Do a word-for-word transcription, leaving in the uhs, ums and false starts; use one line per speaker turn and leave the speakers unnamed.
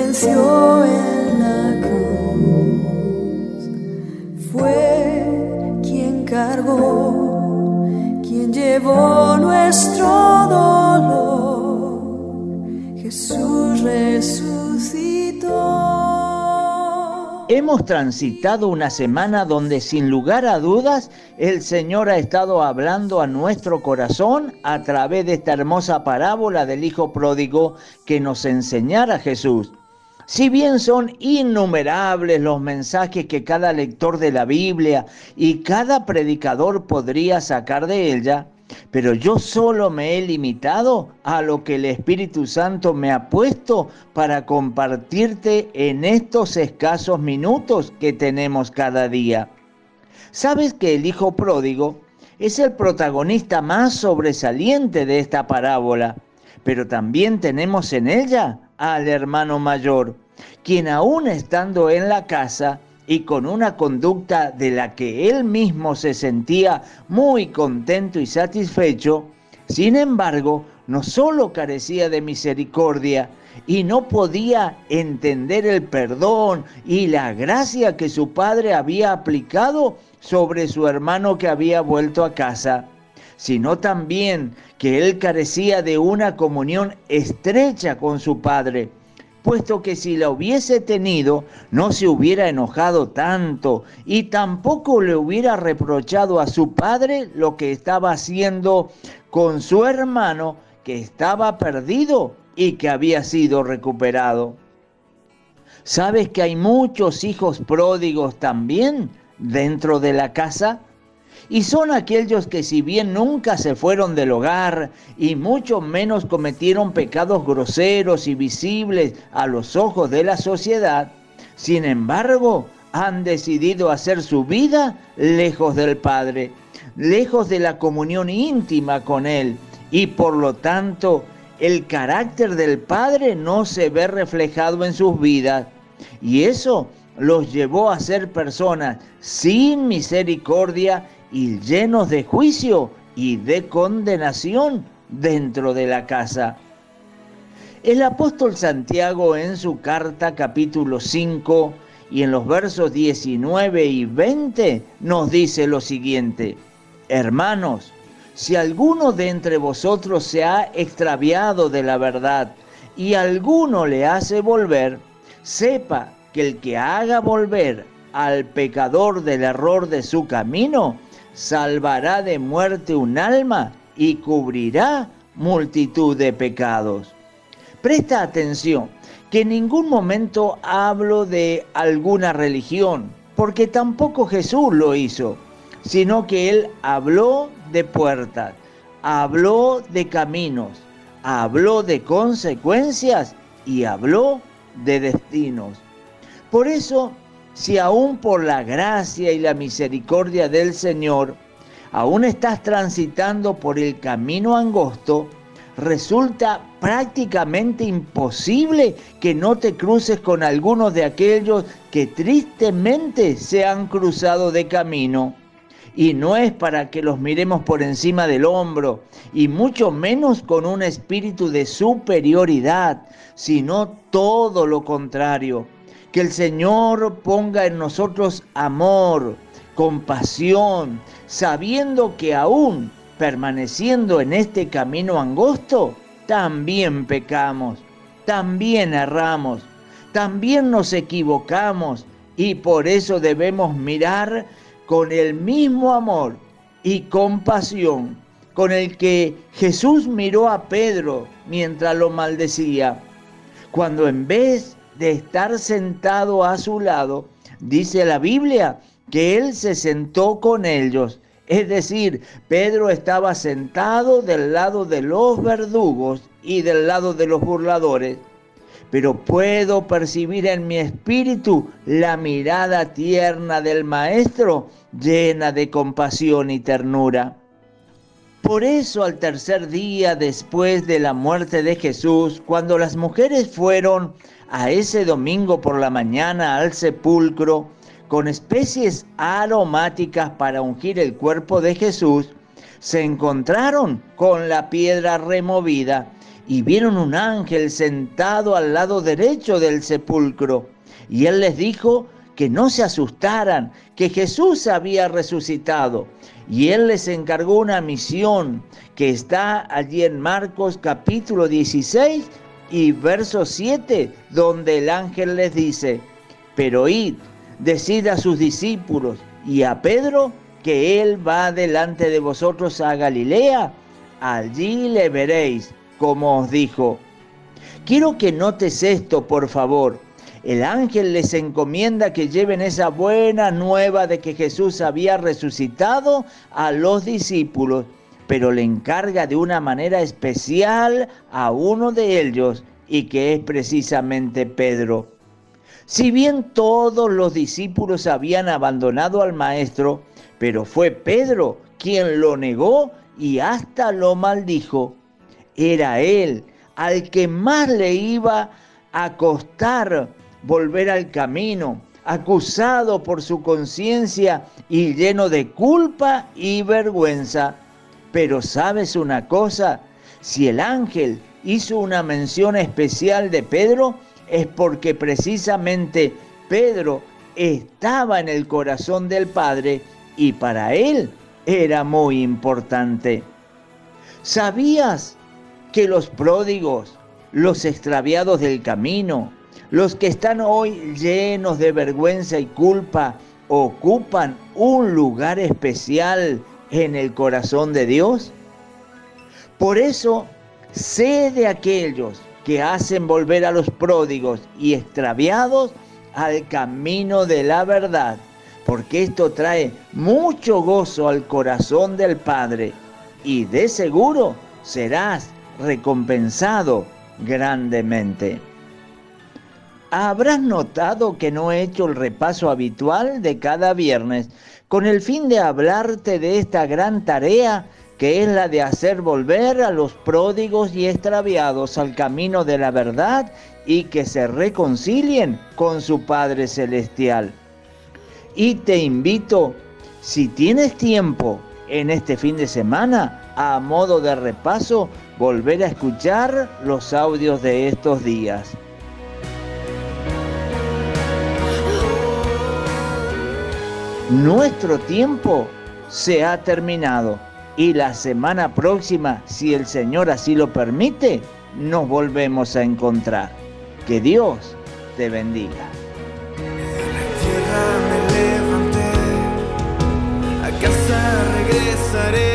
venció en la cruz. Fue quien cargó, quien llevó nuestro dolor. Jesús resucitó.
Hemos transitado una semana donde sin lugar a dudas el Señor ha estado hablando a nuestro corazón a través de esta hermosa parábola del Hijo Pródigo que nos enseñara Jesús. Si bien son innumerables los mensajes que cada lector de la Biblia y cada predicador podría sacar de ella, pero yo solo me he limitado a lo que el Espíritu Santo me ha puesto para compartirte en estos escasos minutos que tenemos cada día. ¿Sabes que el Hijo Pródigo es el protagonista más sobresaliente de esta parábola? Pero también tenemos en ella al hermano mayor, quien aún estando en la casa y con una conducta de la que él mismo se sentía muy contento y satisfecho, sin embargo, no solo carecía de misericordia y no podía entender el perdón y la gracia que su padre había aplicado sobre su hermano que había vuelto a casa, sino también que él carecía de una comunión estrecha con su padre, puesto que si la hubiese tenido, no se hubiera enojado tanto y tampoco le hubiera reprochado a su padre lo que estaba haciendo con su hermano que estaba perdido y que había sido recuperado. ¿Sabes que hay muchos hijos pródigos también dentro de la casa? Y son aquellos que si bien nunca se fueron del hogar y mucho menos cometieron pecados groseros y visibles a los ojos de la sociedad, sin embargo han decidido hacer su vida lejos del Padre, lejos de la comunión íntima con Él, y por lo tanto el carácter del Padre no se ve reflejado en sus vidas, y eso los llevó a ser personas sin misericordia y llenos de juicio y de condenación dentro de la casa. El apóstol Santiago en su carta capítulo cinco y en los versos diecinueve y veinte nos dice lo siguiente: hermanos, si alguno de entre vosotros se ha extraviado de la verdad y alguno le hace volver, sepa que el que haga volver al pecador del error de su camino, salvará de muerte un alma y cubrirá multitud de pecados. Presta atención, que en ningún momento hablo de alguna religión, porque tampoco Jesús lo hizo, sino que Él habló de puertas, habló de caminos, habló de consecuencias y habló de destinos. Por eso, si aún por la gracia y la misericordia del Señor, aún estás transitando por el camino angosto, resulta prácticamente imposible que no te cruces con algunos de aquellos que tristemente se han cruzado de camino. Y no es para que los miremos por encima del hombro, y mucho menos con un espíritu de superioridad, sino todo lo contrario. Que el Señor ponga en nosotros amor, compasión, sabiendo que aún permaneciendo en este camino angosto, también pecamos, también erramos, también nos equivocamos, y por eso debemos mirar con el mismo amor y compasión con el que Jesús miró a Pedro mientras lo maldecía, cuando en vez de estar sentado a su lado, dice la Biblia que él se sentó con ellos. Es decir, Pedro estaba sentado del lado de los verdugos y del lado de los burladores. Pero puedo percibir en mi espíritu la mirada tierna del Maestro, llena de compasión y ternura. Por eso al tercer día después de la muerte de Jesús, cuando las mujeres fueron a ese domingo por la mañana al sepulcro, con especies aromáticas para ungir el cuerpo de Jesús, se encontraron con la piedra removida y vieron un ángel sentado al lado derecho del sepulcro. Y él les dijo que no se asustaran, que Jesús había resucitado. Y él les encargó una misión que está allí en Marcos capítulo dieciséis y verso siete, donde el ángel les dice: pero id, decid a sus discípulos y a Pedro que él va delante de vosotros a Galilea, allí le veréis, como os dijo. Quiero que notes esto, por favor. El ángel les encomienda que lleven esa buena nueva de que Jesús había resucitado a los discípulos, pero le encarga de una manera especial a uno de ellos, y que es precisamente Pedro. Si bien todos los discípulos habían abandonado al Maestro, pero fue Pedro quien lo negó y hasta lo maldijo. Era él al que más le iba a costar volver al camino, acusado por su conciencia y lleno de culpa y vergüenza. Pero ¿sabes una cosa? Si el ángel hizo una mención especial de Pedro, es porque precisamente Pedro estaba en el corazón del Padre y para él era muy importante. ¿Sabías que los pródigos, los extraviados del camino, los que están hoy llenos de vergüenza y culpa, ocupan un lugar especial en el corazón de Dios? Por eso, sé de aquellos que hacen volver a los pródigos y extraviados al camino de la verdad, porque esto trae mucho gozo al corazón del Padre y de seguro serás recompensado grandemente. Habrás notado que no he hecho el repaso habitual de cada viernes con el fin de hablarte de esta gran tarea que es la de hacer volver a los pródigos y extraviados al camino de la verdad y que se reconcilien con su Padre Celestial. Y te invito, si tienes tiempo en este fin de semana, a modo de repaso, volver a escuchar los audios de estos días. Nuestro tiempo se ha terminado y la semana próxima, si el Señor así lo permite, nos volvemos a encontrar. Que Dios te bendiga.
De la tierra me levanté, a casa regresaré.